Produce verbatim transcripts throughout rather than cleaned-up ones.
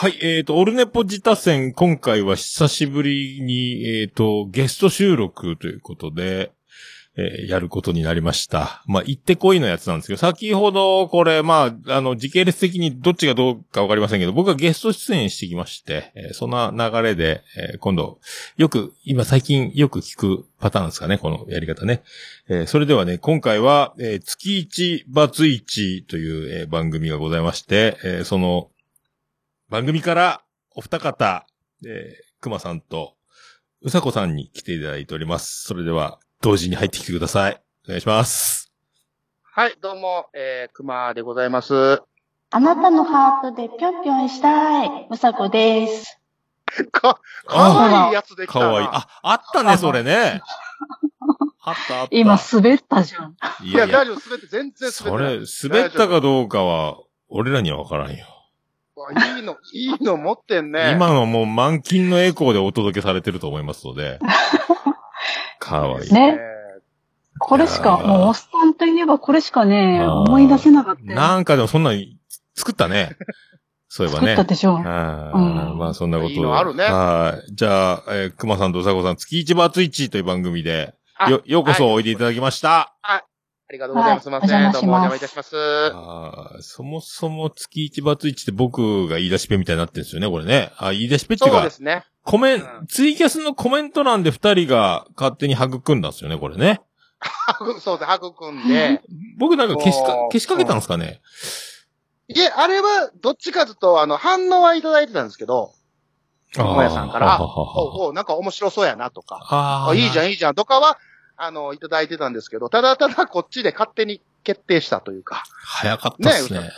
はい、えっ、ー、と、オルネポ自他戦、今回は久しぶりに、えっ、ー、と、ゲスト収録ということで、えー、やることになりました。まあ、行ってこいのやつなんですけど、先ほど、これ、まあ、あの、時系列的にどっちがどうかわかりませんけど、僕はゲスト出演してきまして、えー、そんな流れで、えー、今度、よく、今最近よく聞くパターンですかね、このやり方ね。えー、それではね、今回は、えー、月一バツイチという、えー、番組がございまして、えー、その、番組からお二方、えー、熊さんとうさこさんに来ていただいております。それでは、同時に入ってきてください。お願いします。 はい、どうも、えー、熊でございます。 あなたのハートでぴょんぴょんしたい、うさこです。 か、かわいいやつできたな。 かわいい。あ、あったね、それね。あったあった。 今滑ったじゃん。 いや、いや大丈夫、滑って、全然滑ってない。 それ、滑ったかどうかは、俺らにはわからんよ。 いいの、いいの持ってんね。 今のもう満勤のエコーでお届けされてると思いますので。かわいい。 ね。これしか、もうおっさんといえばこれしかね、思い出せなかった。 なんかでもそんなに作ったね。そういえばね。 作ったでしょう。 あうん、まあそんなこと。いいのあるね。 はい。じゃあ、えー、熊さんとうさこさん、月一バツイチという番組で、よ、ようこそおいでいただきました。 はい。ありがとうございます。すみません。どうもお邪魔いたします。 あそもそも月一バツイチって僕が言い出しっぺみたいになってるんですよね、これね。あ、言い出しっぺっていうか。 そうですね。 コメン、うん、ツイキャスのコメント欄で二人が勝手に育んだんですよね、これね。 そうです、育んで。 僕なんか消しか、消しかけたんですかね。 いえ、あれは、どっちかというと、あの、反応はいただいてたんですけど、小屋さんから、おお、なんか面白そうやなとか、ああいいじゃんいいじゃんとかは、あの、いただいてたんですけど、ただただこっちで勝手に決定したというか。 早かったっすね。ね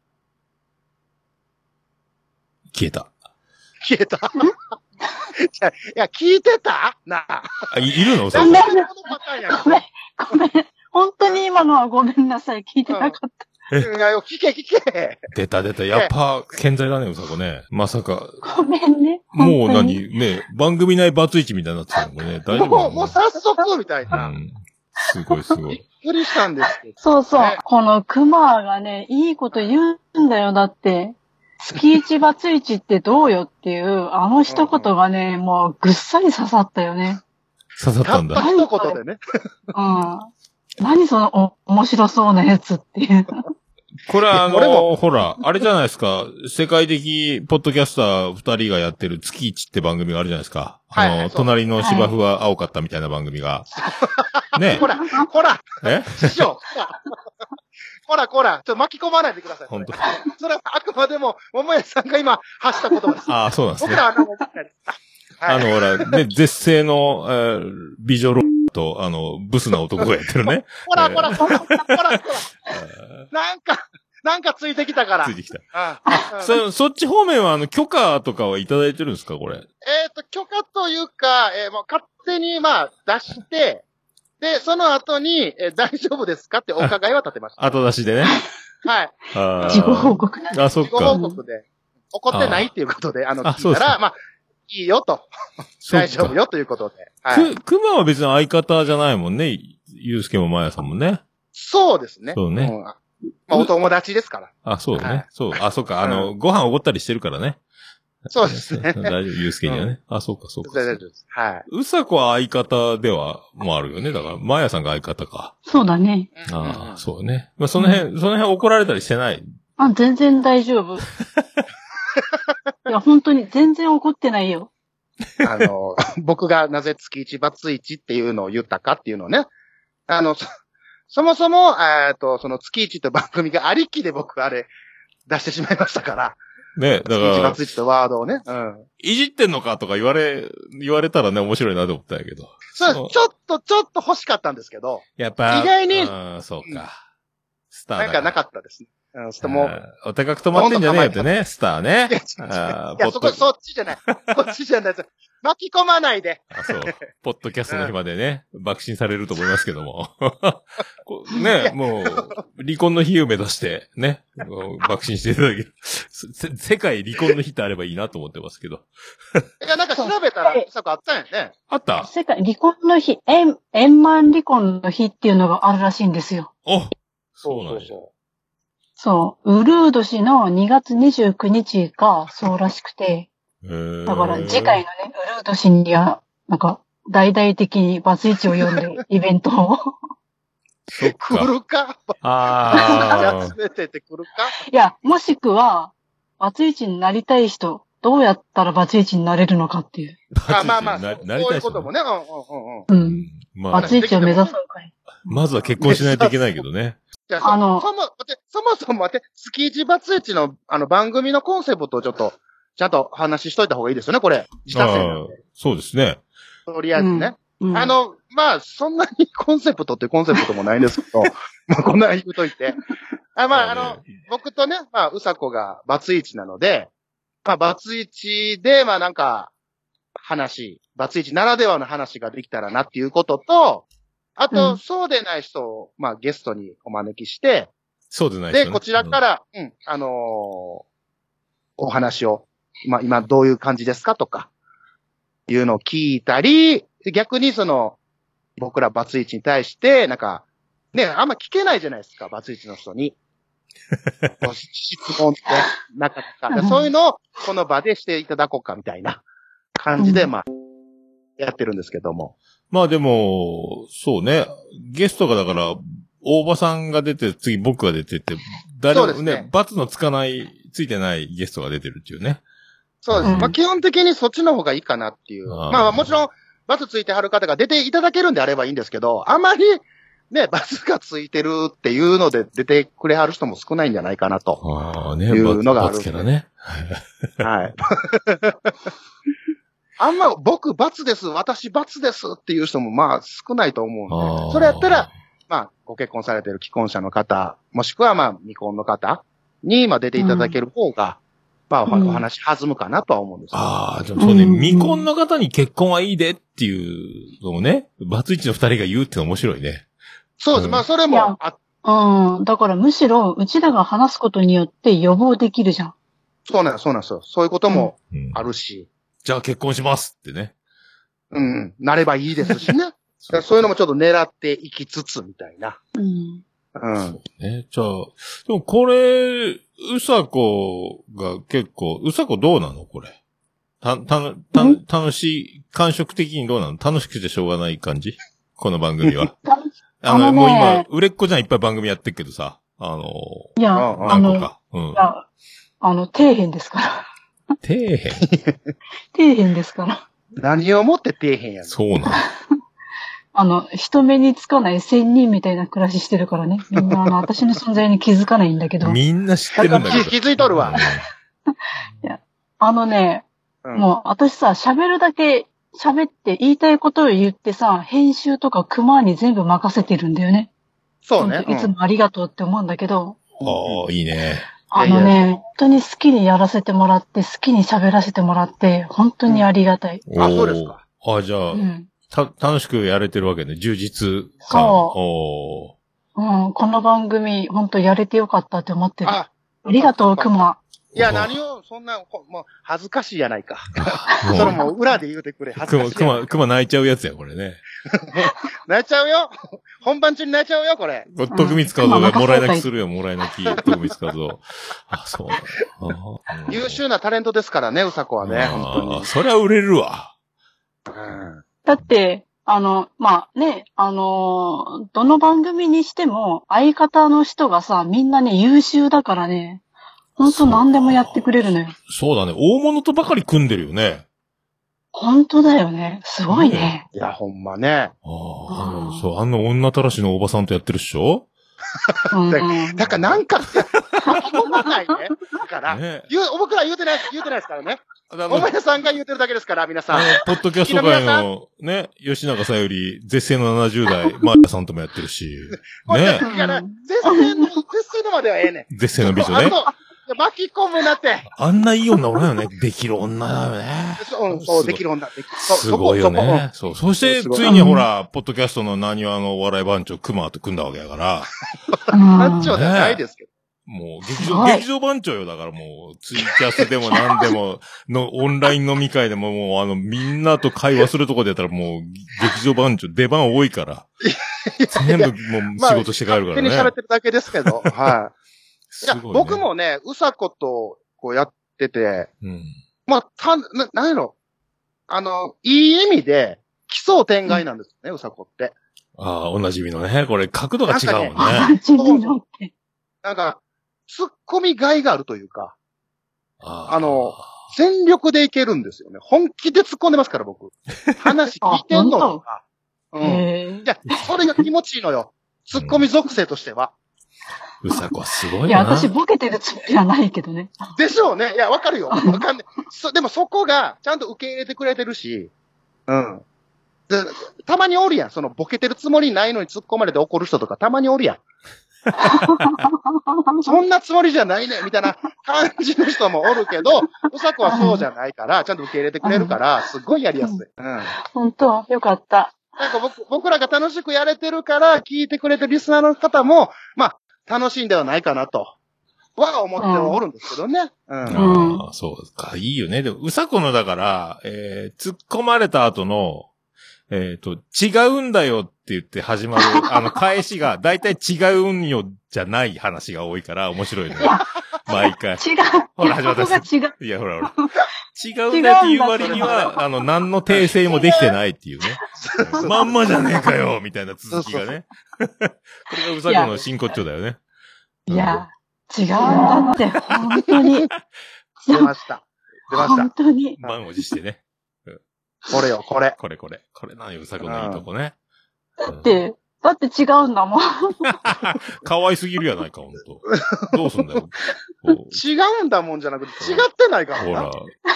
消えた。 消えたいや、聞いてたなあ。 あ、いるのそうごめん、ごめん、ごめん。本当に今のはごめんなさい。聞いてなかった。 うん、いや、聞け聞け。 出た出た。やっぱ、健在だね、うさこね。まさか。 ごめんね。 もう何ね、番組内バツイチみたいになってたのこれね。大丈夫もう、もう早速みたいな。 うん。すごいすごい。 びっくりしたんですけど。 そうそう。ね、このクマがね、いいこと言うんだよ。だって。月一バツイチってどうよっていう、あの一言がね、うん、もうぐっさり刺さったよね。 刺さったんだ。 たった一言でね。 うん。何そのお面白そうなやつっていう。 これはあの、ほら、あれじゃないですか。世界的ポッドキャスター二人がやってる月一って番組があるじゃないですか。あの、はい、隣の芝生は青かったみたいな番組が。はい、ね。 こら、こら。 え師匠。こらこら、ちょっと巻き込まないでください。 本当。 それはあくまでも、桃屋さんが今発した言葉です。 ああ、そうなんですね。 僕らは何も言ってないです。 はい、あの、ほら、ね、絶世の、えー、美女ロと、あの、ブスな男がやってるね。 こらこら、こら、こら、こら。なんか、なんかついてきたから。 ついてきた。ああそ、そっち方面は、あの、許可とかはいただいてるんですか、これ。 えっと、許可というか、えー、もう勝手に、まあ、出して、で、その後に、えー、大丈夫ですかってお伺いは立てました。 後出しでね。 はい。 自己報告なんだ。あ、そっか。 自己報告で。怒ってないっていうことで、あの、聞いたら、まあ、いいよと。大丈夫よということで。 はい。く、熊は別に相方じゃないもんね。ゆうすけもまやさんもね。 そうですね。 そうね。 うん、まあ、お友達ですから。 あ、そうね。はい、そう。あ、そうか。あの、うん、ご飯おごったりしてるからね。 そうですね。 大丈夫、ゆうすけにはね。うん、あ、そうか、そうか。 大丈夫です。はい。 うさこは相方では、もあるよね。だから、まやさんが相方か。 そうだね。 ああ、そうね。まあ、その辺、うん、その辺怒られたりしてない？ あ、全然大丈夫。いや、本当に全然怒ってないよ。 あの、僕がなぜ月一バツ一っていうのを言ったかっていうのをね。あの、そ、そもそも、えっと、その月一と番組がありきで僕あれ出してしまいましたから。 ね、だから。 月一バツ一とワードをね。うん。 いじってんのかとか言われ、言われたらね、面白いなと思ったんやけど。 そう、ちょっと、ちょっと欲しかったんですけど。 やっぱ。 意外に。 うん、そうか。スターだ。 なんかなかったですね。うん、ちょっともう。 お高く止まってんじゃねえよってね、スターね。 いや、いやそこ、そっちじゃない。こっちじゃないです。巻き込まないで。 あ、そう。ポッドキャストの日までね、爆心されると思いますけども。ね、もう、離婚の日を目指して、ね、爆心していただける。世界離婚の日ってあればいいなと思ってますけど。 いや、なんか調べたら、さくあったんやね。 あった？ 世界離婚の日、円、円満離婚の日っていうのがあるらしいんですよ。 お、そうなんですよ。 そう、ウルー年のにがつにじゅうくにちがそうらしくて、だから次回のね、ウルー年には、なんか、大々的にバツイチを読んでイベントを。 そっか。来るかああ。 集めてて来るかいや、もしくは、バツイチになりたい人、どうやったらバツイチになれるのかっていう。 あまあまあ、そういうこともね。うんうんうんうん。うん。まあ、バツイチを目指すのかい。 まずは結婚しないといけないけどね。 じゃあ、あの、そも、そもそも待って、月一バツイチの、あの、番組のコンセプトをちょっと、ちゃんと話しといた方がいいですよね、これ。自他戦なんで。 そうですね。 とりあえずね。うんうん、あの、まあ、そんなにコンセプトってコンセプトもないんですけど、まあ、こんな言うといて。あまあ、あの、僕とね、まあ、うさこがバツイチなので、まあ、バツイチで、まあ、なんか、話、バツイチならではの話ができたらなっていうことと、あと、うん、そうでない人を、まあ、ゲストにお招きして、 そうでない人、ね、 で、こちらから、うん、うん、あのー、お話を、まあ、今どういう感じですかとか、いうのを聞いたり、逆にその、僕らバツイチに対して、なんか、ね、あんま聞けないじゃないですか、バツイチの人に。質問って、なかなか。そういうのを、この場でしていただこうか、みたいな感じで、まあ、やってるんですけども。 まあでも、そうね、ゲストがだから、大場さんが出て、次僕が出てって、誰もね、ね罰のつかない、ついてないゲストが出てるっていうね。 そうです。うん、まあ基本的にそっちの方がいいかなっていう。あまあもちろん、罰ついてはる方が出ていただけるんであればいいんですけど、あまり、ね、罰がついてるっていうので出てくれはる人も少ないんじゃないかなと。 ああね、 いうのがある。 罰キャラね。 はい。あんま僕罰です、私罰ですっていう人もまあ少ないと思うんで。それやったら、まあご結婚されてる既婚者の方、もしくはまあ未婚の方にまあ出ていただける方が、うん、まあお話弾むかなとは思うんですよ。 ああ、でもそうね、うん、未婚の方に結婚はいいでっていうのをね、バツイチの二人が言うっての面白いね。 そうです。うん、まあそれもあ、 うん。だからむしろうちらが話すことによって予防できるじゃん。 そうなんです、そうなんですよ。そういうこともあるし。 うんじゃあ結婚しますってね。 うん、なればいいですしね。そう, そういうのもちょっと狙っていきつつみたいな。うん。うん。 そうね。じゃあ、でもこれ、うさこが結構、うさこどうなのこれ。た、た、た、楽しい、感触的にどうなの楽しくてしょうがない感じこの番組は。あの、あのね、もう今、売れっ子じゃんいっぱい番組やってるけどさ。あの、 いや、 何個か。 うん。いや、あの、底辺ですから。 底辺底辺ですから。 何をもって底辺やねん。 そうなの。 あの、人目につかない仙人みたいな暮らししてるからね。みんなあの、私の存在に気づかないんだけど。 みんな知ってるんだけど。 気づいとるわ。 いや、あのね、うん、もう私さ、喋るだけ喋って言いたいことを言ってさ、編集とか熊に全部任せてるんだよね。 そうね。 いつもありがとうって思うんだけど。 ああ、うん、いいね。 あのね、本当に好きにやらせてもらって、好きに喋らせてもらって、本当にありがたい。 うん、あ、そうですか。 あ、じゃあ、うん、た、楽しくやれてるわけね。充実感。そう。うん、この番組、本当やれてよかったって思ってる。あ、ありがとう、熊。 いや、何を、そんな、もう、恥ずかしいやないか。それも裏で言うてくれ。恥ずかしい。 熊、熊泣いちゃうやつや、これね。 泣いちゃうよ。本番中に泣いちゃうよ、これ。 徳光和夫がもらい泣きするよ、もらい泣き。徳光和夫。あ、そうだ。優秀なタレントですからね、うさこはね、本当に。 そりゃ売れるわ。 うん、だって、あの、まあ、ね、あの、どの番組にしても、相方の人がさ、みんなね、優秀だからね、ほんと何でもやってくれるのよ。 そうだね。大物とばかり組んでるよね。 本当だよね。すごいね。 いや、ほんまね。 ああ、そう、あの女たらしのおばさんとやってるっしょうんうん、だからなんか、思わないね。だから、ね、言う、僕ら言うてない、言うてないですからね。お前さんが言うてるだけですから、皆さん。 あの、ポッドキャスト界の、ね、吉永さんより、絶世のななじゅう代、マーヤさんともやってるし。ね。 いやな、絶世の、絶世のまではええねん。 絶世の美女ね。 巻き込むなって。 あんないい女おらんよね。できる女だよね。 そう、そう、できる女。 すごいよね。そう。そして、ついにほら、ポッドキャストの何話のお笑い番長、クマと組んだわけやから。 番長じゃないですけど。 もう、劇場、劇場番長よ。だからもう、ツイキャスでも何でも、の、オンライン飲み会でももう、あの、みんなと会話するとこでやったらもう、劇場番長、出番多いから。全部もう仕事して帰るからね。 勝手に喋ってるだけですけど。はい。 いや、僕もね、うさことこうやってて、うん、まあ、た、な、なんやろ。あの、いい意味で、奇想天外なんですね、うさこって。 ああ、おなじみのね。これ、角度が違うもんね。 そうなんか、突っ込みがいがあるというか、あ, あの、全力でいけるんですよね。本気で突っ込んでますから、僕。話聞いてんのとか。うん。じゃそれが気持ちいいのよ。突っ込み属性としては。 うさこはすごいな。 いや、私ボケてるつもりはないけどね。 でしょうね。いや、わかるよ。わかんない。そ、でもそこが、ちゃんと受け入れてくれてるし、うん。で、たまにおるやん。その、ボケてるつもりないのに突っ込まれて怒る人とかたまにおるやん。そんなつもりじゃないね、みたいな感じの人もおるけど、うさこはそうじゃないから、ちゃんと受け入れてくれるから、すっごいやりやすい。うん。 本当よかった。 なんか僕、僕らが楽しくやれてるから、聞いてくれてるリスナーの方も、まあ、楽しいんではないかなと。は思っておるんですけどね。うん。 うん、ああ、そうか。いいよね。でも、うさこのだから、えー、突っ込まれた後の、えっ、ー、と、違うんだよって言って始まる、あの、返しが、だいたい違うんよじゃない話が多いから面白いね。毎回。 違う。 ほら、始まった。 違う。 いや、ほらほら。違うんだっていう割には、あの、何の訂正もできてないっていうね。まんまじゃねえかよみたいな続きがね。これがうさこの真骨頂だよね。 いや、違うんだって、本当に。 出ました。出ました。 本当に。 満を持してね。 これよ、これ。 これこれ。これなんよ、うさこのいいとこね。 だって、だって違うんだもん。 可愛すぎるやないか、ほんと。どうすんだよ。 違うんだもんじゃなくて、違ってないからな。ほら。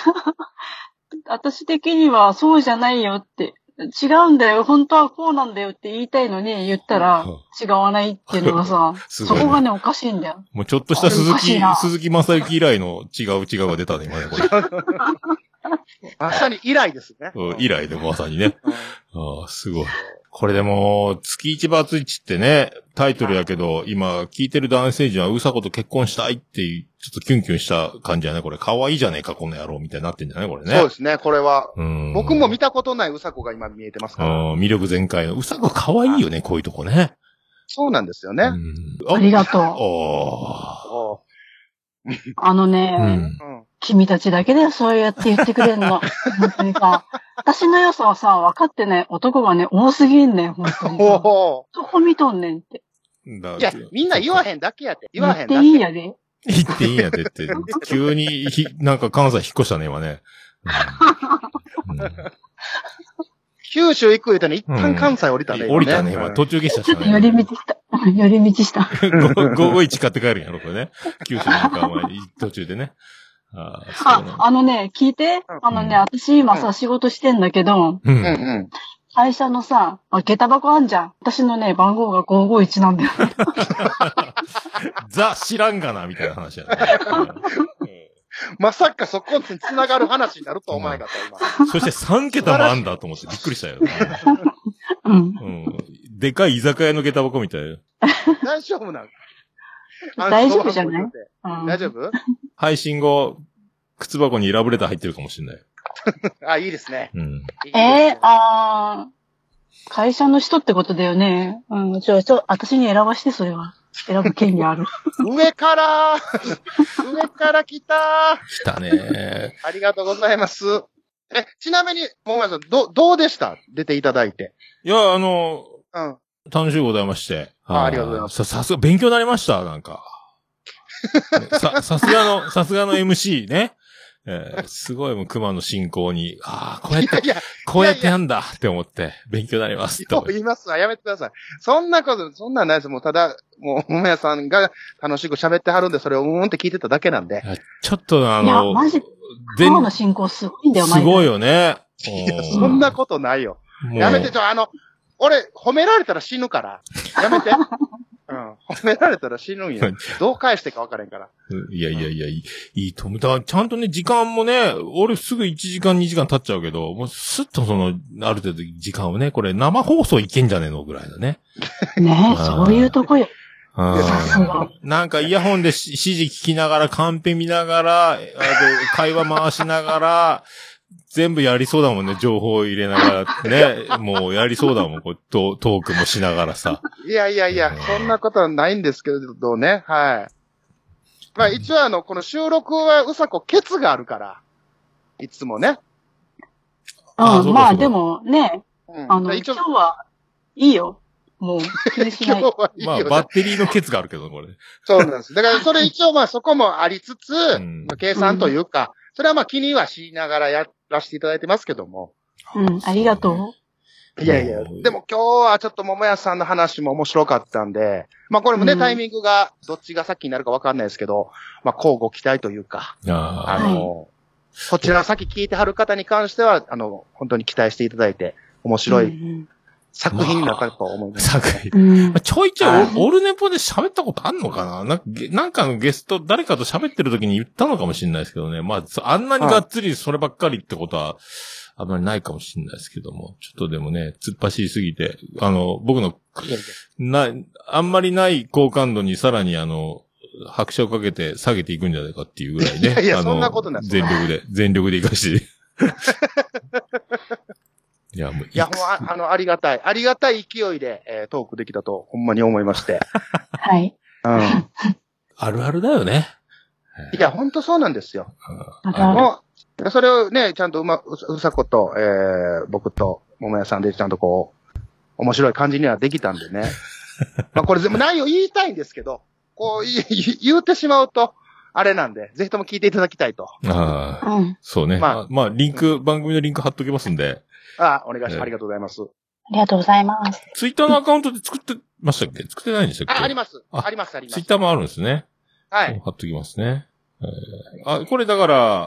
私的にはそうじゃないよって、違うんだよ、本当はこうなんだよって言いたいのに言ったら違わないっていうのがさ、そこがね、おかしいんだよ。 もうちょっとした鈴木、鈴木正幸以来の違う違うが出たね、今ね、これ。 まさに以来ですね。 うん、以来でまさにね。ああ、すごい。これでも、月一バツイチってね、タイトルやけど、今、聞いてる男性陣はうさこと結婚したいっていう、ちょっとキュンキュンした感じやね。これ、可愛いじゃねえか、この野郎、みたいになってんじゃないこれね。 そうですね、これは。うん僕も見たことないうさこが今見えてますから。 うん、魅力全開の。うさこ可愛いよね、こういうとこね。 そうなんですよね。うん、ありがとう。おあのね、うん君たちだけでそうやって言ってくれるの。本当にさ、私の良さはさ、分かってない男がね、多すぎんねん、本当に。どこ見とんねんって。 いや、みんな言わへんだけやって。言わへんだけ。 言っていいんやで。 言っていいんやでって。急に、ひ、なんか関西引っ越したね、今ね。 うんうん、九州行く言うたら一旦関西降りたね。 降りたね、今。途中下車したね。 寄り道した。寄り道した。 ごごいち買って帰るんやろ、これね。九州に行く前に、途中でね。 あ, あ、あのね、聞いて。あのね、うん、私今さ、仕事してんだけど、うんうん、会社のさ、下駄箱あんじゃん。私のね、番号がごごいちなんだよ。 ザ・知らんがな、みたいな話やね。 まさかそこに繋がる話になると思わなかった、 今。そしてさん桁もあんだと思ってびっくりしたよ。うんうん、でかい居酒屋の下駄箱みたいよ。 大丈夫なの大丈夫じゃない、 うん、大丈夫配信後、靴箱にラブレター入ってるかもしれない。 あ、いいですね。 うん、えー、あー、会社の人ってことだよね。うん、ちょ、ちょ、私に選ばして、それは。選ぶ権利ある。 上から上から来た来たねありがとうございます。え、ちなみに、ももやさん、ど、どうでした出ていただいて。 いや、あの、 うん。 楽しいございまして。 あ、ありがとうございます。 さ、さすが、勉強になりました、なんか。さ、さすがの、さすがの エムシー ね。えー、すごいもう熊の進行に、ああ、こうやって、いやいやこうやってやんだって思って、勉強になりますと。 言いますわ、やめてください。そんなこと、そんなんないです。もうただ、もう、ももやさんが楽しく喋ってはるんで、それをうんうんって聞いてただけなんで。 ちょっとあの、 いや、マジ、熊の進行すごいんだよ、 すごいよね。 いや、そんなことないよ。やめて、ちょ、あの、俺、褒められたら死ぬから。やめて。うん。褒められたら死ぬんよ。どう返してか分からへんから。 いやいやいや、いい、いいと思う。だからちゃんとね、時間もね、俺すぐいちじかんにじかん経っちゃうけど、もうスッとその、ある程度時間をね、これ生放送いけんじゃねえのぐらいだね。 ねえ、そういうとこよ。 なんかイヤホンで指示聞きながら、カンペ見ながら、あの会話回しながら、全部やりそうだもんね、情報を入れながらね。もうやりそうだもん、こうト、トークもしながらさ。 いやいやいや、そんなことはないんですけどね、はい。 まあ一応あの、この収録はうさこケツがあるから、いつもね。 ああ、まあでもね、うん、あの、今日はいいよ。もう、気にしない。今日はいいよ。 まあ、バッテリーのケツがあるけど、これ。 そうなんです。だから、それ一応まあそこもありつつ、うん、計算というか、それはまあ気にはしながらやらせていただいてますけども。 うん、ありがとう。いやいや、でも今日はちょっと桃屋さんの話も面白かったんで、まあこれもね、うん、タイミングがどっちが先になるかわかんないですけど、まあ交互期待というか、あ, あの、はい、こちらを先聞いてはる方に関しては、あの、本当に期待していただいて、面白い、うんうん作品になったと思います、ね。まあ、作品。まあ、ちょいちょいオルネポで喋ったことあんのかななんか、なんかのゲスト、誰かと喋ってる時に言ったのかもしれないですけどね。まあ、あんなにがっつりそればっかりってことは、あんまりないかもしれないですけども。ちょっとでもね、突っ走りすぎて、あの、僕の、な、あんまりない好感度にさらにあの、拍車をかけて下げていくんじゃないかっていうぐらいね。 いやいや、そんなことない。 全力で、全力で生かして。いや、もういいや、もう、あ, あの、ありがたい。ありがたい勢いで、えー、トークできたと、ほんまに思いまして。 はい。 うん。 あるあるだよね。 いや、ほんとそうなんですよ。あもう、それをね、ちゃんとうま、うさこと、えー、僕と、桃屋さんでちゃんとこう、面白い感じにはできたんでね。まあ、これ全部内容言いたいんですけど、こう、言うてしまうと、あれなんで、ぜひとも聞いていただきたいと。 ああ、うん、そうね。まあ、まあ、リンク、うん、番組のリンク貼っときますんで。 ああ、お願いします、えー。ありがとうございます。 ありがとうございます。 ツイッターのアカウントで作ってましたっけ作ってないんでしたっけあ、あります。あ、あります、あります。 ツイッターもあるんですね。 はい。 貼っときますね。えー、あ、これだから、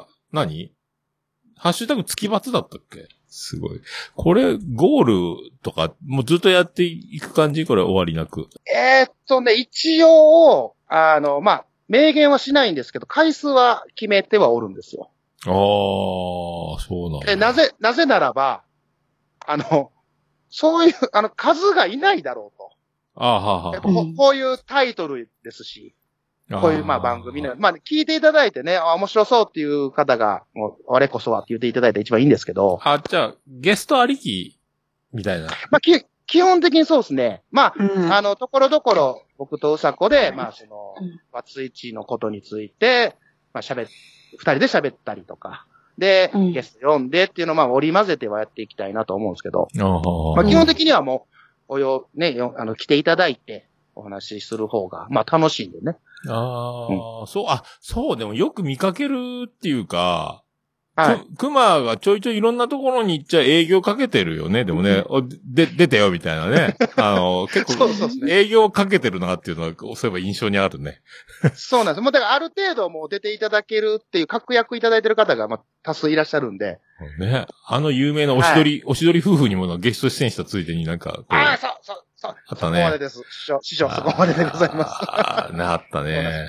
何ハッシュタグ月バツだったっけすごい。これ、ゴールとか、もうずっとやっていく感じこれ終わりなく。 えー、っとね、一応、あの、まあ、明言はしないんですけど、回数は決めてはおるんですよ。 ああ、そうなんだ。 え、なぜ、なぜならば、あの、そういう、あの、数がいないだろうと。 ああ、はあ、はあ。 こ, こういうタイトルですし、こういう、まあ、番組の、まあ、聞いていただいてね、あ、面白そうっていう方が、もう、あれこそはって言っていただいたら一番いいんですけど。 あ、じゃあ、ゲストありきみたいな。 まあ、き、基本的にそうですね。まあ、うん、あの、ところどころ、僕とうさこで、まあ、その、バツイチのことについて、まあ、喋っ、二人で喋ったりとか。で、うん、ゲスト読んでっていうのをまあ織り交ぜてはやっていきたいなと思うんですけど、まあ基本的にはもう、およ、ね、あの、来ていただいてお話しする方が、まあ楽しいんでね。 ああ、うん、そう、あ、そう、でもよく見かけるっていうか、 はい。 クマがちょいちょいいろんなところに行っちゃ営業かけてるよね。でもね、おで、出てよみたいなね。あの、結構、そうそうそうね、営業かけてるなっていうのは、そういえば印象にあるね。 そうなんです。もうだからある程度もう出ていただけるっていう確約いただいてる方が、まあ、多数いらっしゃるんで。 ね。あの有名なおしどり、はい、おしどり夫婦にもゲスト出演したついでになんかこう。 ああ、そう、そう、そう。あったね。そこまでです。師匠、師匠、そこまででございます。 ああ、ね、あったね。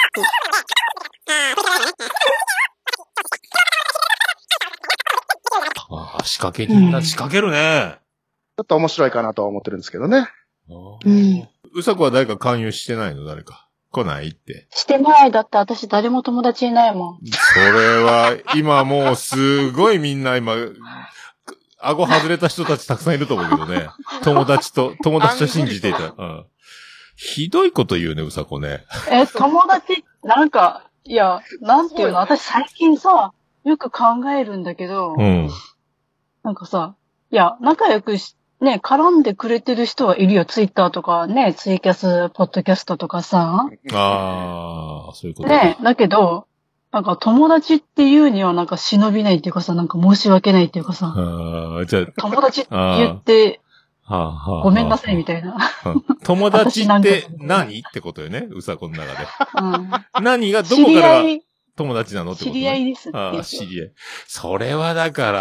ああ、仕掛け人だ、仕掛けるね。 ちょっと面白いかなとは思ってるんですけどね。 うん。 うさこは誰か勧誘してないの誰か。来ないって。 してない。だって私誰も友達いないもん。 それは、今もうすごいみんな今、顎外れた人たちたくさんいると思うけどね。友達と、友達と信じていた。うん。ひどいこと言うね、うさこね。 え、友達、なんか、いや、なんていうの、私最近さ、よく考えるんだけど、 うん。 なんかさ、いや、仲良くし、ね、絡んでくれてる人はいるよ。ツイッターとかね、ツイキャス、ポッドキャストとかさ。 ああ、そういうことね、だけど、なんか友達っていうにはなんか忍びないっていうかさ、なんか申し訳ないっていうかさ。 あじゃあ友達って言って、ごめんなさいみたいな。 友達って何ってことよね、うさこの中で。うん、何がどこから友達なのってこと、ね、 知り合いですって。 ああ、知り合い。それはだから、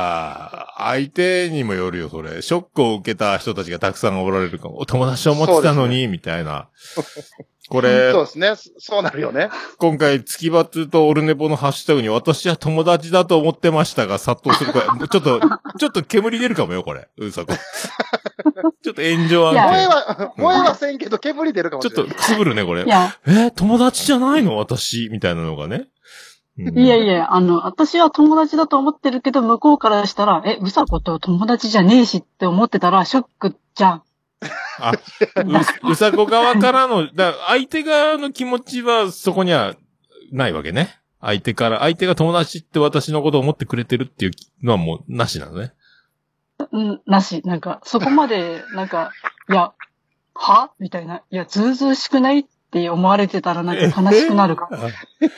相手にもよるよ、それ。ショックを受けた人たちがたくさんおられるかも。友達と思ってたのに、ね、みたいな。これ、 そうですね。そうなるよね。 今回、月バツとオルネポのハッシュタグに私は友達だと思ってましたが、殺到する。これ、ちょっと、ちょっと煙出るかもよ、これ。うさこ。ちょっと炎上案件。 燃えは、燃えはせんけど煙出るかもしれない。 ちょっとくすぶるね、これ。えー、友達じゃないの私みたいなのがね。 うん、いやいや、あの、私は友達だと思ってるけど、向こうからしたら、え、うさこと友達じゃねえしって思ってたら、ショックじゃん。 あ、う、うさこ側からの、だ相手側の気持ちはそこにはないわけね。相手から、相手が友達って私のことを思ってくれてるっていうのはもうなしなのね。 うん、なし。なんか、そこまで、なんか、いや、はみたいな。いや、ずうずうしくないって思われてたらなんか悲しくなるから。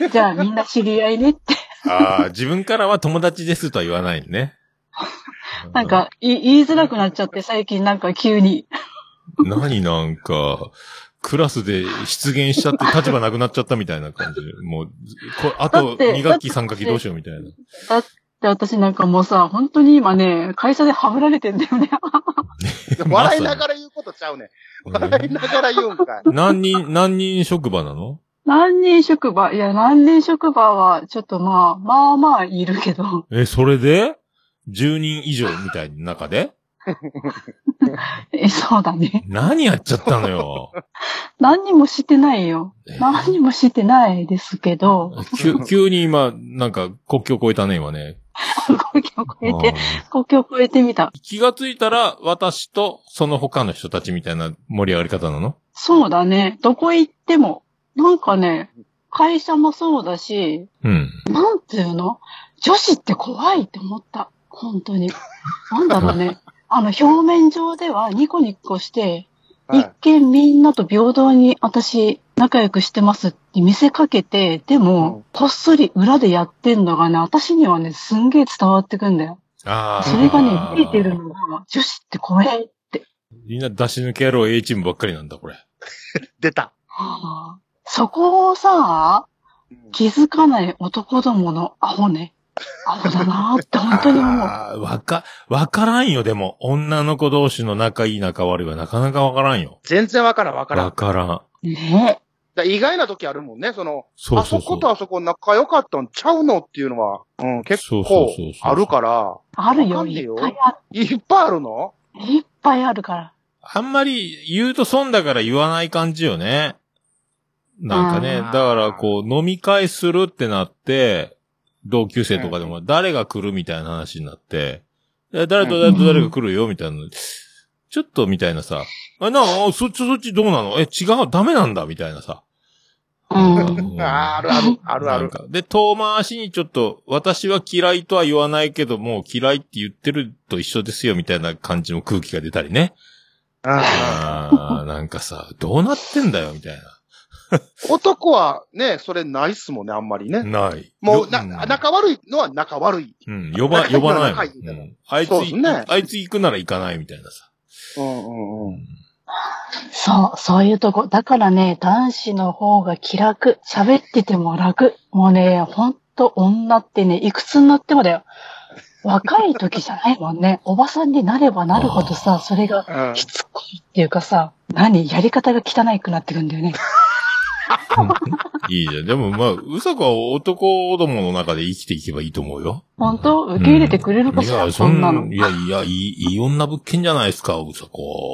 じゃあみんな知り合いねって。 ああ、自分からは友達ですとは言わないね。 なんか、言いづらくなっちゃって最近なんか急に。 何なんか、クラスで出現しちゃって立場なくなっちゃったみたいな感じで。もう、こあとに学期さん学期どうしようみたいな。 だって私なんかもうさ、本当に今ね、会社でハブられてんだよね。 笑いながら言うことちゃうね。笑いながら言うんかい。 何人、何人職場なの？ 何人職場いや、何人職場は、ちょっとまあ、まあまあいるけど。 え、それでじゅうにん以上みたいな中でえ、そうだね。 何やっちゃったのよ。 何にもしてないよ。何にもしてないですけど。 急、急に今、なんか国境越えたね、今ね。 国境越えて、国境越えてみた。 気がついたら、私とその他の人たちみたいな盛り上がり方なの？ そうだね。どこ行っても。なんかね、会社もそうだし、 うん。 なんていうの？女子って怖いって思った。本当に。なんだろうね。あの、表面上ではニコニコして、はい、一見みんなと平等に私仲良くしてますって見せかけて、でも、うん、こっそり裏でやってんのがね、私にはね、すんげえ伝わってくんだよ。ああ。それがね、見えてるのが、女子って怖いって。 みんな出し抜け野郎 A チームばっかりなんだ、これ。 出た。 はあ、そこをさ、気づかない男どものアホね。アホだなーって本当に思う。 ああ、わか、わからんよ、でも。女の子同士の仲いい仲悪いはなかなかわからんよ。 全然わからん、わからん。 わからん。 ねえ。 だ意外な時あるもんね、その、そうそうそう、あそことあそこ仲良かったんちゃうのっていうのは、うん、結構あるから。 あるよ、いっぱいある。 いっぱいあるの？ いっぱいあるから。 あんまり言うと損だから言わない感じよね。なんかね、だからこう飲み会するってなって、同級生とかでも誰が来るみたいな話になって、誰と誰と誰が来るよみたいな、ちょっとみたいなさ、あ、なあ、そっちそっちどうなの？え、違う、ダメなんだみたいなさ。 うん。 あるある、あるある。 で、遠回しにちょっと、私は嫌いとは言わないけども、嫌いって言ってると一緒ですよみたいな感じの空気が出たりね。ああ、なんかさ、どうなってんだよみたいな。 男はね、それないっすもんね、あんまりね。 ない。 もう、な、仲悪いのは仲悪い。 うん、呼ば、呼ばない。うん、あいつ、ね、あいつ行くなら行かないみたいなさ。 うんうんうん。 そう、そういうとこ。だからね、男子の方が気楽。喋ってても楽。もうね、ほんと女ってね、いくつになってもだよ。若い時じゃないもんね。おばさんになればなるほどさ、それがしつこいっていうかさ、何やり方が汚くなってくんだよね。 いいじゃん。でもまあ、うさこは男どもの中で生きていけばいいと思うよ。 本当受け入れてくれるかしら、うん、いや、そんなの。 いや、いや、いい、いい女物件じゃないですか、うさこ。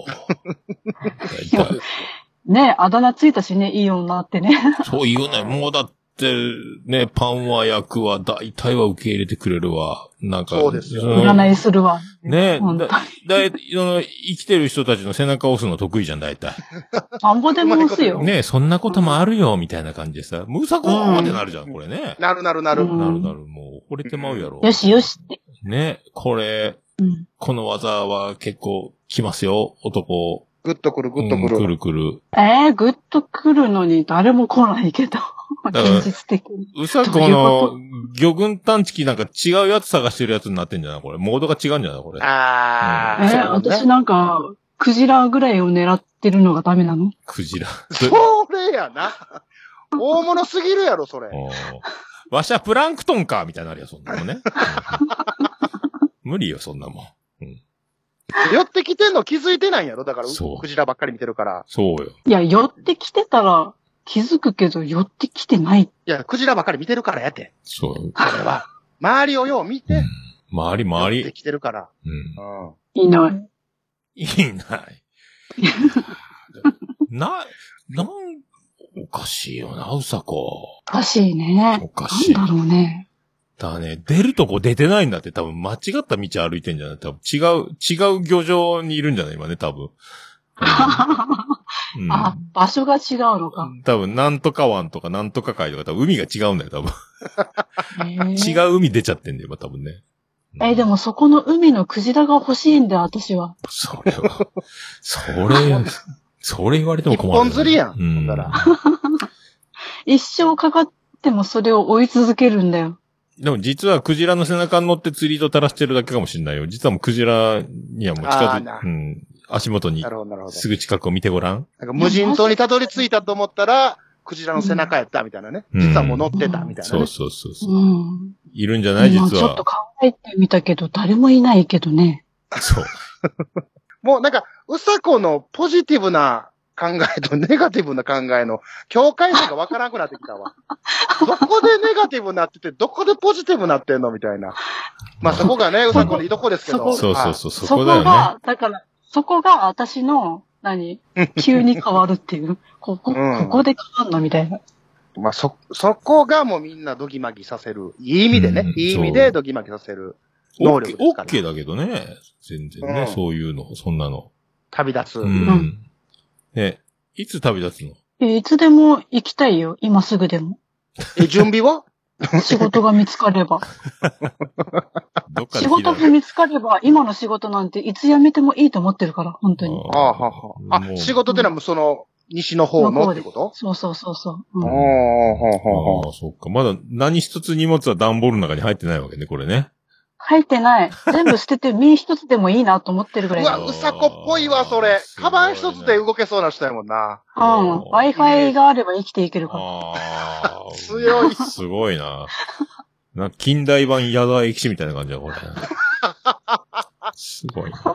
ねえ、あだ名ついたしね、いい女ってね。 そういうね、もうだって、ね、パンは役は大体は受け入れてくれるわ。なんか。 そうですよ。 占いするわ。 ねえ、だ、だい、生きてる人たちの背中を押すの得意じゃん、大体。 田んぼでも押すよ。 ねえ、そんなこともあるよ、みたいな感じでさ、むさこーってなるじゃん、これね。 なるなるなる。 なるなる、もう、惚れてまうやろ。 よしよしって。 ねえ、これ、この技は結構来ますよ、男。 グッとくる、グッとくる。 くるくる。 ええー、グッとくるのに誰も来ないけど。現実的に。 うさこの魚群探知機なんか違うやつ探してるやつになってんじゃないこれ。モードが違うんじゃないこれ。 ああ、 うん。えー、私なんか、クジラぐらいを狙ってるのがダメなの？ クジラ。 それやな。大物すぎるやろ、それ。 わしはプランクトンかみたいになるよ、そんなもんね。無理よ、そんなもん。うん、 寄ってきてんの気づいてないんやろだから、クジラばっかり見てるから。 そうよ。 いや、寄ってきてたら気づくけど、寄ってきてない。いや、クジラばっかり見てるからやって。 そう。それは、周りをよう見て。うん、 周り、周り。 寄ってきてるから。 うん。 うん、いない。 いない。な、なん、おかしいよな、うさこ。 おかしいね。 おかしい。 なんだろうね。 だからね、出るとこ出てないんだって多分間違った道歩いてんじゃない多分違う、違う漁場にいるんじゃない今ね、多分。 うん、あ、場所が違うのか。 多分、なんとか湾とかなんとか海とか多分海が違うんだよ、多分。違う海出ちゃってんだよ、多分ね。 えー、でもそこの海のクジラが欲しいんだよ、私は。 それは、それ、それ言われても困る、 ね。一本釣りやん。うん、 一生かかってもそれを追い続けるんだよ。 でも実はクジラの背中に乗って釣りと垂らしてるだけかもしれないよ。実はもうクジラにはもう近づい、うん、足元にすぐ近くを見てごらん。 なんか無人島にたどり着いたと思ったら、クジラの背中やったみたいなね。うん、実はもう乗ってたみたいな、ねうん。そうそうそうそう、うん。いるんじゃない実は。 ちょっと考えてみたけど、誰もいないけどね。 そう。 もうなんか、うさこのポジティブな考えとネガティブな考えの境界線がわからなくなってきたわ。どこでネガティブになってて、どこでポジティブになってんのみたいな。まあそこがね、うさこのいいとこですけど。 そうそうそう、そこだよね。そこが、だから、そこが私の、何急に変わるっていう。ここ、うん、ここで変わんのみたいな。 まあそ、そこがもうみんなドギマギさせる。いい意味でね。うん、いい意味でドギマギさせる能力ですから、 ね。オッケーだけどね。全然ね、うん、そういうの、そんなの。 旅立つ。 うん。え、いつ旅立つの？ え、いつでも行きたいよ。今すぐでも。 え、準備は仕事が見つかれば。 どっかで仕事が見つかれば、今の仕事なんていつ辞めてもいいと思ってるから、本当に。 ああ、ははあ、仕事ってのはその、西の方のってこと？ そうそうそうそう。 うん、ああ、ははあ、そっか。まだ何一つ荷物は段ボールの中に入ってないわけね、これね。 入ってない。全部捨てて身一つでもいいなと思ってるぐらい。 うわ、うさこっぽいわ、それ。カバン一つで動けそうな人やもんな。 うん。Wi-Fi があれば生きていけるから。 あ強い。 すごいな。な近代版矢田駅士みたいな感じだ、これ。すごいな。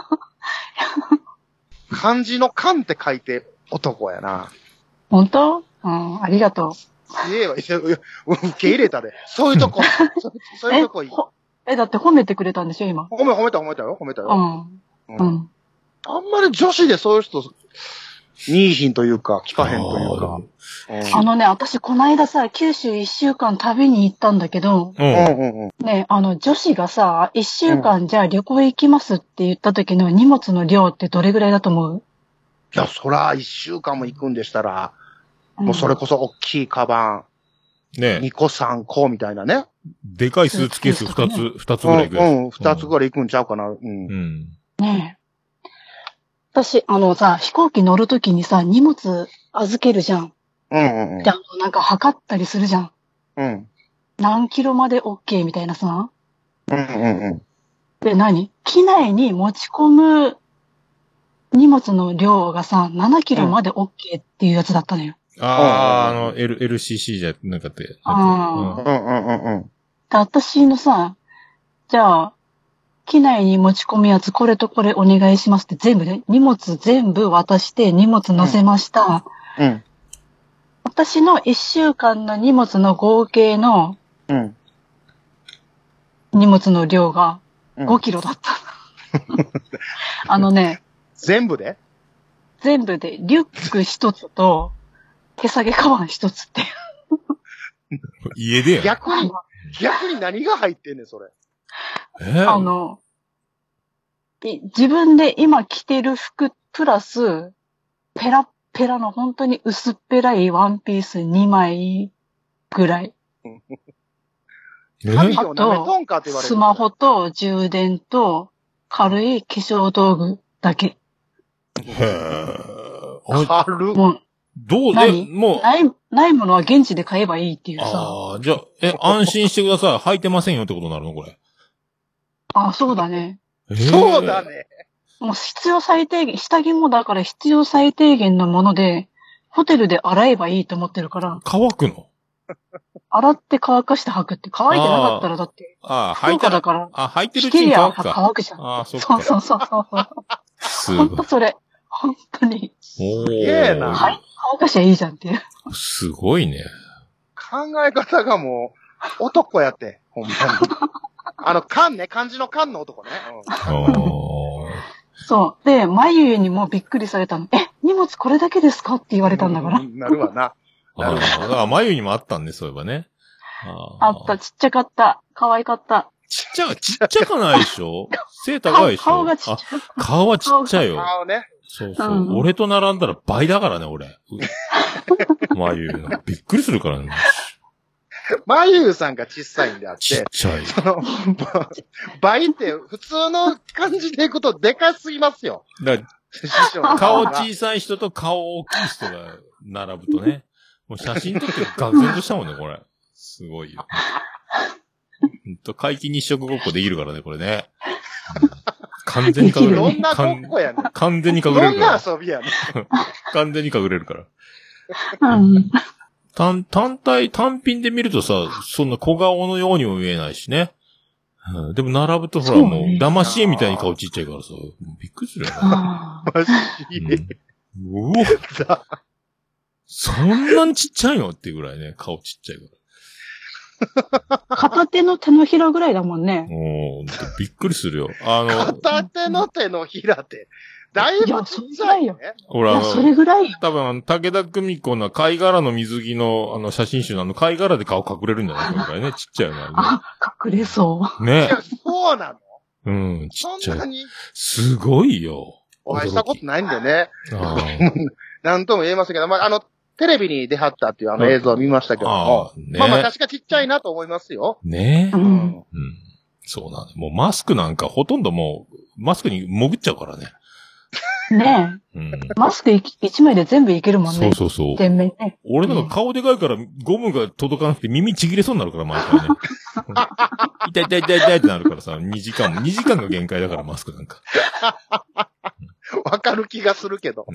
漢字の漢って書いて男やな。 本当？うん、ありがとう。 すげえわ、受け入れたで。そういうとこ。そういうとこいい。 え、だって褒めてくれたんでしょ、今。 褒め、褒めた、褒めたよ、褒めたよ。 うん。うん。 あんまり女子でそういう人、見いひんというか、聞かへんというか。 あ, あのね、私、この間さ、九州一週間旅に行ったんだけど、 うんうんうん、 ね、あの、女子がさ、一週間じゃあ旅行行きますって言った時の荷物の量ってどれぐらいだと思う？ いや、そら、一週間も行くんでしたら、うん、もうそれこそ大きいカバン、ね、にこさんこみたいなね。 でかいスーツケース二つ、二つぐらい行くやつ。 うん、二つぐらい行くんちゃうかな。うん。うん。 ねえ。私、あのさ、飛行機乗るときにさ、荷物預けるじゃん。 うんうんうん。 で、あの、なんか測ったりするじゃん。 うん。 何キロまで OK みたいなさ。 うんうんうん。 で、何？機内に持ち込む荷物の量がさ、ななキロまで OK っていうやつだったのよ。 うん、ああ、あの、L、エルシーシー じゃなかった。 ああ。うんうんうんうん。 で、私のさ、じゃあ、機内に持ち込むやつ、これとこれお願いしますって全部ね、荷物全部渡して荷物乗せました。 うん。うん、 私の一週間の荷物の合計の、 うん。 荷物の量がごキロだった。うん、あのね。 全部で？ 全部で、リュック一つと、手提げカバン一つって。 家でや。 逆に、逆に何が入ってんねん、それ。 えー、 あの、自分で今着てる服プラス、ペラッペラの本当に薄っぺらいワンピースにまいぐらい。 えあと、 スマホと充電と軽い化粧道具だけ。 へぇ軽っ。 もうどうね、もう。 ない、ないものは現地で買えばいいっていうさ。 ああ、じゃあ、え、安心してください。履いてませんよってことになるのこれ。 あ、そうだね。 そうだね。 もう必要最低限、下着もだから必要最低限のもので、ホテルで洗えばいいと思ってるから。 乾くの？ 洗って乾かして履くって、乾いてなかったらだって。 ああ、履いてだから。 あ、履いてるうちに乾くか。 乾くじゃん。 ああ、そっか。 そうそうそうそう。ほんとそれ。本当に。 おー。すげえな。 はい。乾かしゃいいじゃんっていう。 すごいね。 考え方がもう、男やって、ほんまに。あの、缶ね、漢字の缶の男ね。 うん、 そう。で、眉にもびっくりされたの。え、荷物これだけですかって言われたんだから。 なるわな。 なるほど。あ、眉にもあったんね、そういえばね。 あった、ちっちゃかった。可愛かった。 ちっちゃ、ちっちゃかないでしょ背高いでしょ顔がちっちゃい。 顔はちっちゃいよ。 顔ね。 そうそう。うん、俺と並んだら倍だからね、俺。まゆゆ。びっくりするからね。 まゆゆさんが小さいんであって。 ちっちゃい。 その、倍って普通の感じでいくとでかすぎますよ。 だから顔小さい人と顔大きい人が並ぶとね。もう写真撮って愕然としたもんね、これ。すごいよ。ほんと、皆既日食ごっこできるからね、これね。うん、完全に隠れる。 どんなごっこやねん。 完全に隠れるから。 どんな遊びやねん。 完全に隠れるから。 うん、 単、単体、単品で見るとさ、そんな小顔のようにも見えないしね。うん、でも並ぶとほらもう、騙し絵みたいに顔ちっちゃいからさ、びっくりするよね。 騙し絵。 うん、うおそんなにちっちゃいのっていうぐらいね、顔ちっちゃいから。 片手の手のひらぐらいだもんね。 おー、びっくりするよ。あの、 片手の手のひらって、だいぶちっちゃいよ。 ほら、 それぐらいよ。 多分あの、武田久美子の貝殻の水着のあの写真集のあの貝殻で顔隠れるんじゃないかぐらいね、ちっちゃいの、ね。 あ、隠れそう。 ね。 いや、そうなの？ うん、ちっちゃい。 そんなにすごいよ。 お会いしたことないんでね。なんとも言えませんけど、まあ、あの、テレビに出はったっていうあの映像を見ましたけども。ね、まあまあ確かちっちゃいなと思いますよ。 ねえ。 うん。うん。 そうなんだ。もうマスクなんかほとんどもう、マスクに潜っちゃうからね。 ねえ。うん、マスク一枚で全部いけるもんね。 そうそうそう。 全面ね。 俺なんか顔でかいからゴムが届かなくて耳ちぎれそうになるから毎回ね。痛い痛い痛い痛いってなるからさ、にじかんも、にじかんが限界だからマスクなんか。 わかる気がするけど。 うん、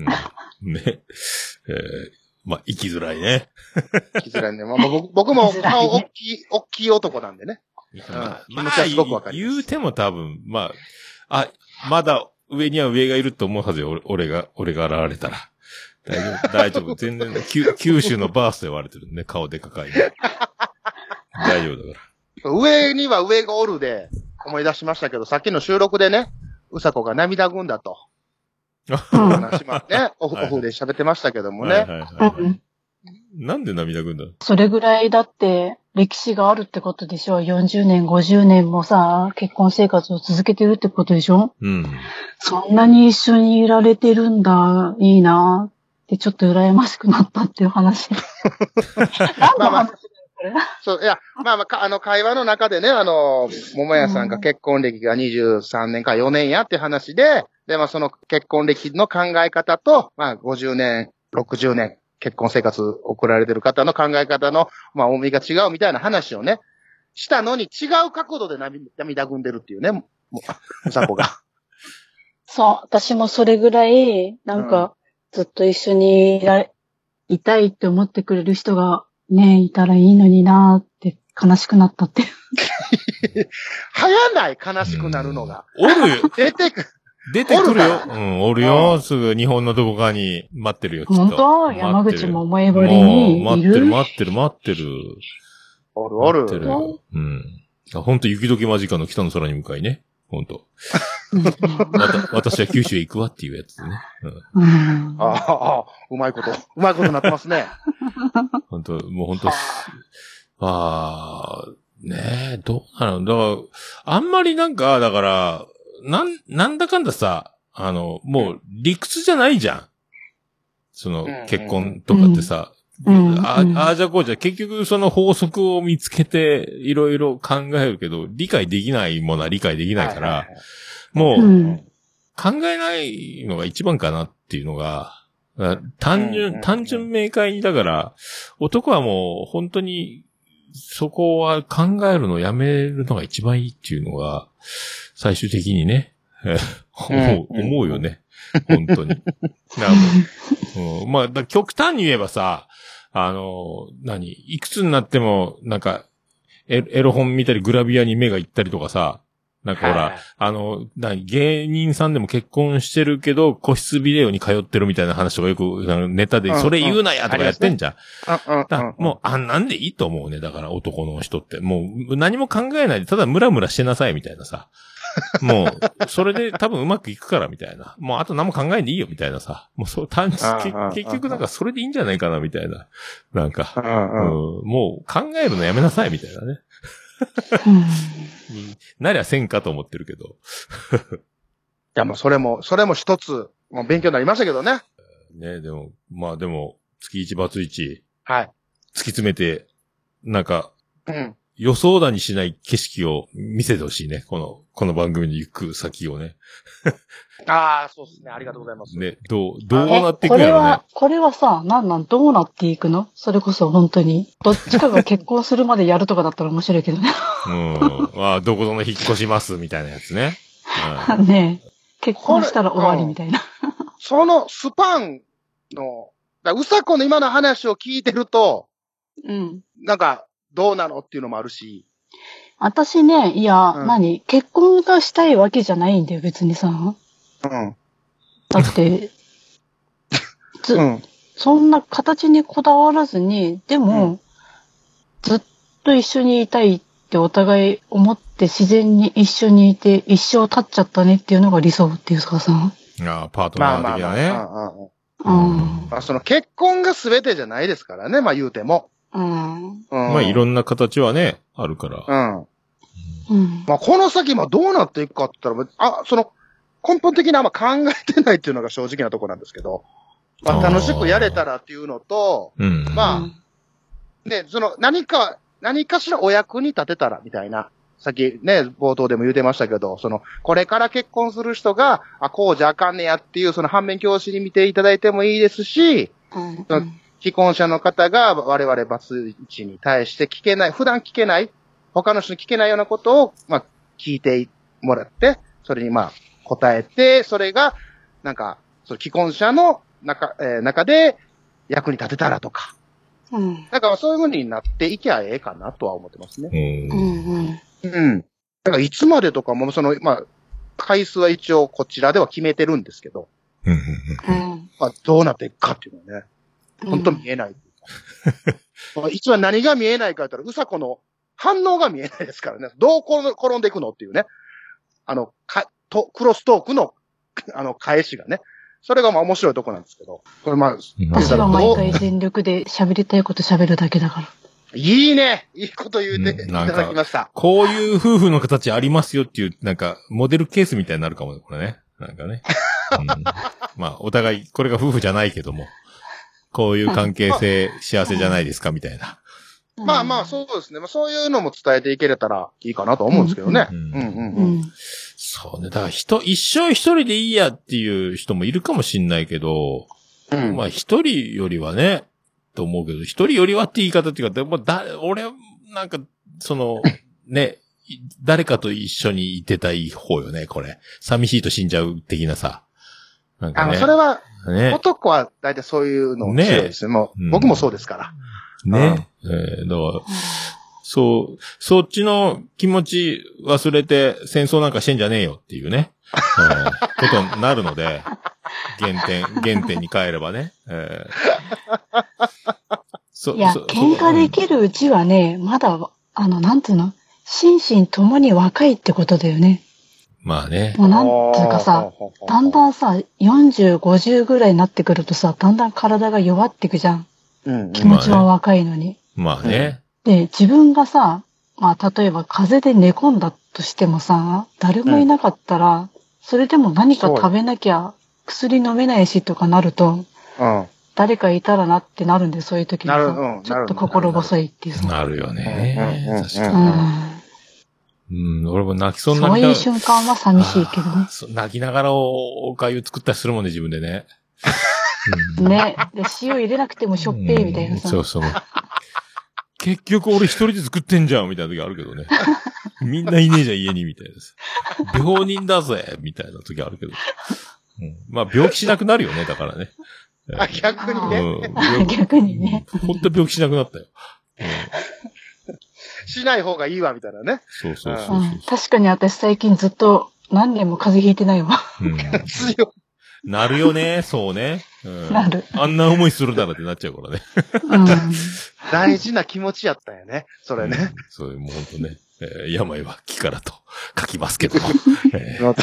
ね。えーまあ、生きづらいね。 生きづらいね。まあ、僕, 僕も顔大きい、大きい男なんでね。 うん、まあ、気持ちはすごくわかります。言うても多分、まあ、あ、まだ上には上がいると思うはずよ。俺俺が、俺が現れたら。大丈夫、大丈夫。全然、九州のバースと言われてるね。顔でかかい、ね。大丈夫だから。 上には上がおるで思い出しましたけど、さっきの収録でね、うさこが涙ぐんだと。話もね、オフ、オフで喋ってましたけどもね。はいはいはいはい、 なんで涙ぐんだ？ それぐらいだって歴史があるってことでしょ。よんじゅうねん、ごじゅうねんもさ、結婚生活を続けてるってことでしょ。 うん。 そんなに一緒にいられてるんだ、いいなってちょっと羨ましくなったっていう話。 まあまあ、そう、いや、まあまあ、あの、会話の中でね、あの、桃屋さんが結婚歴がにじゅうさんねんかよねんやって話で、で、まあ、その結婚歴の考え方と、まあ、ごじゅうねん、ろくじゅうねん、結婚生活送られてる方の考え方の、まあ、重みが違うみたいな話をね、したのに違う角度で涙ぐんでるっていうね、もう、うさこが。 そう、私もそれぐらい、なんか、ずっと一緒にいら、いたいって思ってくれる人が、ね、いたらいいのになーって悲しくなったって。 早ない悲しくなるのが。 おるよ。 出てくる。 出てくるよ。うん、おるよ。すぐ日本のどこかに待ってるよ、きっと。 本当？山口も思いぼりにいる。 待ってる、待ってる、待ってる。 おるおる。 待ってるよ。うん。ほんと雪解け間近の北の空に向かいね。ほんと。私は九州へ行くわっていうやつね。 うん。 ああ、うまいこと。うまいことになってますね。 ほんと、もうほんと、ああ、ねえ、どうなの？だから、あんまりなんか、だから、なん、なんだかんださ、あの、もう理屈じゃないじゃん。その、結婚とかってさ、 うんうん、 ああ、じゃこうじゃ、結局その法則を見つけて、いろいろ考えるけど、理解できないものは理解できないから、はいはいはい、もう、うん、考えないのが一番かなっていうのが、単純、うん、単純明快に、だから、男はもう本当に、そこは考えるのをやめるのが一番いいっていうのが、最終的にね、思う、思うよね。本当に。うん、まあ、だ極端に言えばさ、あの、何、いくつになっても、なんか、エエロ本見たりグラビアに目が行ったりとかさ、なんかほら、はい、あの、何、芸人さんでも結婚してるけど、個室ビデオに通ってるみたいな話とかよく、ネタで、それ言うなやとかやってんじゃん。うんうん、だもう、あんなんでいいと思うね。だから男の人って。もう、何も考えないで、ただムラムラしてなさいみたいなさ。もう、それで多分うまくいくからみたいな。もうあと何も考えんでいいよみたいなさ。もうそう、単純、結局なんかそれでいいんじゃないかなみたいな。なんか、うん、もう考えるのやめなさいみたいなね。なりゃせんかと思ってるけど。 いやもうそれも、それも一つもう勉強になりましたけどね。 ね、でも、まあでも、月一バツ一。 はい。突き詰めて、なんか、 うん。 予想だにしない景色を見せてほしいね。この、この番組に行く先をね。 ああ、そうですね。ありがとうございます。 ね、どう、どうなっていくんやろね。 これは、これはさ、なんなん、どうなっていくの？それこそ本当に。どっちかが結婚するまでやるとかだったら面白いけどね。 うん。ああ、どこぞの引っ越しますみたいなやつね。 うん、ねえ。結婚したら終わりみたいな。 そのスパンの、うさこの今の話を聞いてると、 うん。 なんか、どうなのっていうのもあるし。 私ね、いや、 うん、 何結婚がしたいわけじゃないんだよ、別にさ。 うん。 だって、ず、 うん、 そんな形にこだわらずに、でも、うん、ずっと一緒にいたいってお互い思って自然に一緒にいて一生経っちゃったねっていうのが理想っていうかさ。 ああ、パートナー的なね。 まあまあまあ、うん。うん。まあその結婚が全てじゃないですからね、まあ言うても。 うん。うん、 まあいろんな形はね、あるから。 うん。うん。まあこの先もどうなっていくかって言ったら、あ、その根本的にあんま考えてないっていうのが正直なところなんですけど、まあ楽しくやれたらっていうのと、うん、まあ、ね、その何か、何かしらお役に立てたらみたいな。さっきね、冒頭でも言うてましたけど、その、これから結婚する人が、あ、こうじゃあかんねやっていう、その反面教師に見ていただいてもいいですし、うんうん、その既婚者の方が我々バツイチに対して聞けない、普段聞けない、他の人に聞けないようなことを、まあ、聞いてもらって、それにまあ、答えて、それが、なんか、その既婚者の中、えー、中で役に立てたらとか、うん。だからそういう風になっていきゃええかなとは思ってますね。うんうんうん。だからいつまでとかも、その、まあ、回数は一応こちらでは決めてるんですけど、うん。まあ、どうなっていくかっていうのはね、本当見えない。うん、一番何が見えないかって言ったら、うさこの反応が見えないですからね。どう転んでいくのっていうね。あの、か、と、クロストークの、あの、返しがね。それがまあ面白いとこなんですけど。これまあ、 私は毎回全力で喋りたいこと喋るだけだから。 いいね、いいこと言うていただきました。 こういう夫婦の形ありますよっていう、なんか、モデルケースみたいになるかもね、これね。なんかね。うん、まあ、お互い、これが夫婦じゃないけども、こういう関係性、幸せじゃないですか、みたいな。 まあまあ、そうですね。まあ、そういうのも伝えていけれたらいいかなと思うんですけどね。うんうんうん。 そうね。だから人、一生一人でいいやっていう人もいるかもしんないけど、うん、まあ一人よりはね、と思うけど、一人よりはって言い方っていうか、まあ、だ、俺、なんか、その、ね、誰かと一緒にいてたい方よね、これ。寂しいと死んじゃう的なさ。 なんかね。あの、それは、ね、男は大体そういうの強いですね。もう、うん、僕もそうですから。 ね。えー、だから、そう、そっちの気持ち忘れて戦争なんかしてんじゃねえよっていうね、えー、ことになるので、原点、原点に帰ればね。えー、そいや、喧嘩できるうちはね、うん、まだ、あの、なんていうの、心身ともに若いってことだよね。 まあね。 もうなんていうかさ、だんだんさ、よんじゅう、ごじゅうぐらいになってくるとさ、だんだん体が弱ってくじゃん。うん、気持ちは若いのに。 まあね。 で、自分がさ、まあ、例えば風邪で寝込んだとしてもさ、誰もいなかったら、うん、それでも何か食べなきゃ、薬飲めないしとかなると、うん、誰かいたらなってなるんで、そういう時にさ、うん、ちょっと心細いっていうさ。 なるよね。うん、確かに。うん、俺も泣きそうになりそういう瞬間は寂しいけどね。 泣きながらおかゆ作ったりするもんね、自分でね。 うん、ね。で、塩入れなくてもしょっぺーみたいなさ。 そうそう。結局俺一人で作ってんじゃんみたいな時あるけどね。みんないねえじゃん家にみたいです。病人だぜみたいな時あるけど。うん、まあ病気しなくなるよね、だからね。 あ、逆にね。 うん、逆にね。 ほんと病気しなくなったよ。うん、 しない方がいいわ、みたいなね。 そうそうそうそう、うん。 確かに私最近ずっと何年も風邪ひいてないわ。 うん、強い。なるよね、そうね。うん、 なる。 あんな思いするならってなっちゃうからね。 うん、 大事な気持ちやったよね、それね。うん、 そう、もうほんとね、えー。病は気からと書きますけども。えー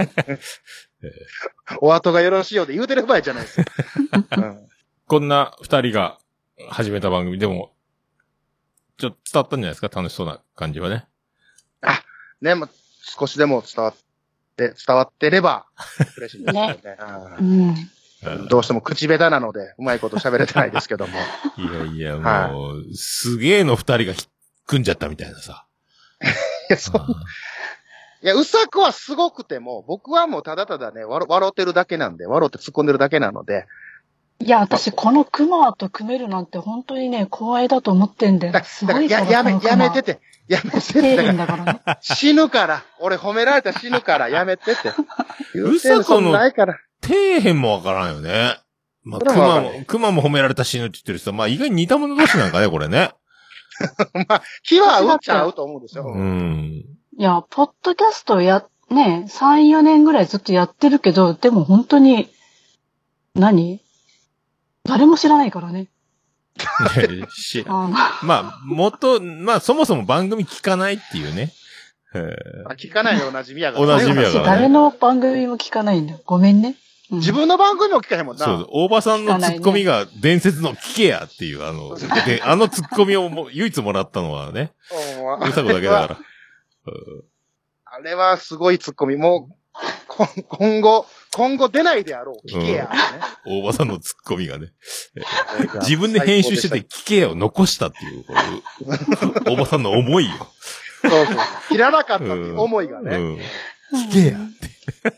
お後がよろしいようで言うてる場合じゃないですよ。 うん、こんな二人が始めた番組でも、ちょっと伝わったんじゃないですか、楽しそうな感じはね。 あ、ね、ま、少しでも伝わっって伝わってれば嬉しいですよね。ねうん、どうしても口下手なので、うまいこと喋れてないですけども。 いやいや、もう、はい、すげえの二人が組んじゃったみたいなさ。 いや、そう。いや、うさこはすごくても、僕はもうただただね、笑、笑ってるだけなんで、笑って突っ込んでるだけなので。 いや、私、このクマと組めるなんて本当にね、光栄だと思ってんだよ。だすごいや、やめ、やめてて。やめてて。 だからね、 死ぬから。俺褒められたら死ぬから、やめてて。 うさこの、底辺もわからんよね。まあ、クマも、クマも褒められたら死ぬって言ってる人、まあ意外に似た者同士なんかね、これね。 まあ、火は打っちゃうと思うんですよ。 うん。 いや、ポッドキャストや、ね、さん、よねんぐらいずっとやってるけど、でも本当に、何誰も知らないからね。 しあまあ、もっと、まあ、そもそも番組聞かないっていうね。 あ聞かないでおなじみやから、 ね。おなじみやから、ね。 誰の番組も聞かないんだよ。ごめんね。 うん、自分の番組も聞かへんもんな。 そう、大場さんのツッコミが伝説の聞けやっていう、あの、であのツッコミをも唯一もらったのはね、うさこだけだから。 あれはすごいツッコミ。もう、今後、今後出ないであろう。聞けや、ねうん。大場さんのツッコミがね。自分で編集してて聞けやを残したっていう、これ大場さんの思いよ。 そうそう。切らなかったっていう思いがね。うんうん、 聞けやって。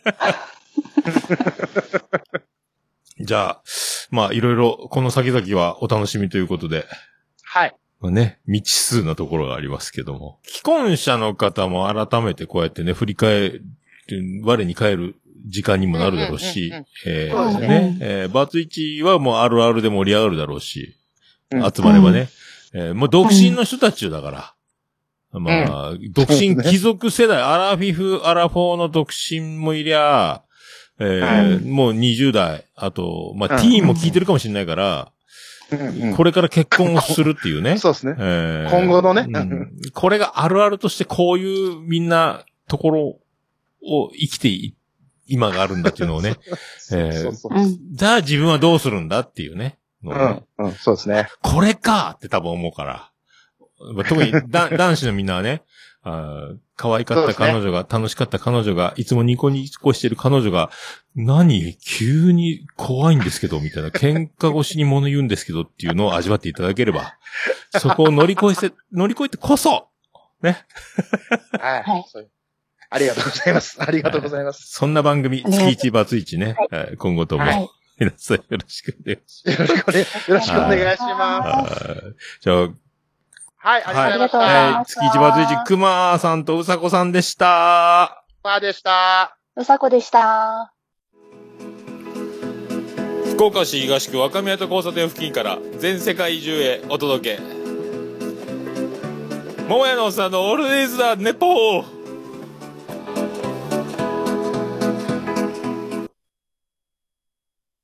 じゃあ、まあいろいろこの先々はお楽しみということで。 はい。 まあね、未知数なところがありますけども。既婚者の方も改めてこうやってね、振り返る、我に返る時間にもなるだろうし、えー、ね、えー、バツイチはもうあるあるで盛り上がるだろうし、うん、集まればね、うん、えー、もう独身の人たちだから、うん、まあ、うん、独身貴族世代、アラフィフ、アラフォーの独身もいりゃ、えーうん、もうにじゅう代、あと、まあ、ティーンも聞いてるかもしれないから、うん、これから結婚をするっていうね。 そうですね。 えー、今後のね、 うん。これがあるあるとしてこういうみんなところを生きてい、今があるんだっていうのをね。えー、そうそうじゃあ自分はどうするんだっていうね。 のねうん、うん、そうですね。 これかって多分思うから。特にだ男子のみんなはね、あ可愛かった彼女が、ね、楽しかった彼女が、いつもニコニコしてる彼女が、何急に怖いんですけど、みたいな、喧嘩越しに物言うんですけどっていうのを味わっていただければ、そこを乗り越えて、乗り越えてこそね。 はい。はい、ありがとうございます。ありがとうございます。 そんな番組、月一バツイチね、はい、今後とも、はい、皆さんよろしくお願いします。 よろしくお願いします。よろしくお願いします。 じゃあ、 はい、ありがとうございました。 はい、月一バツイチ、くまさんとうさこさんでした。 くまでした。 うさこでした。 福岡市東区若宮と交差点付近から全世界中へお届け。桃屋のおっさんのオールディーズ・ザ・ネポー。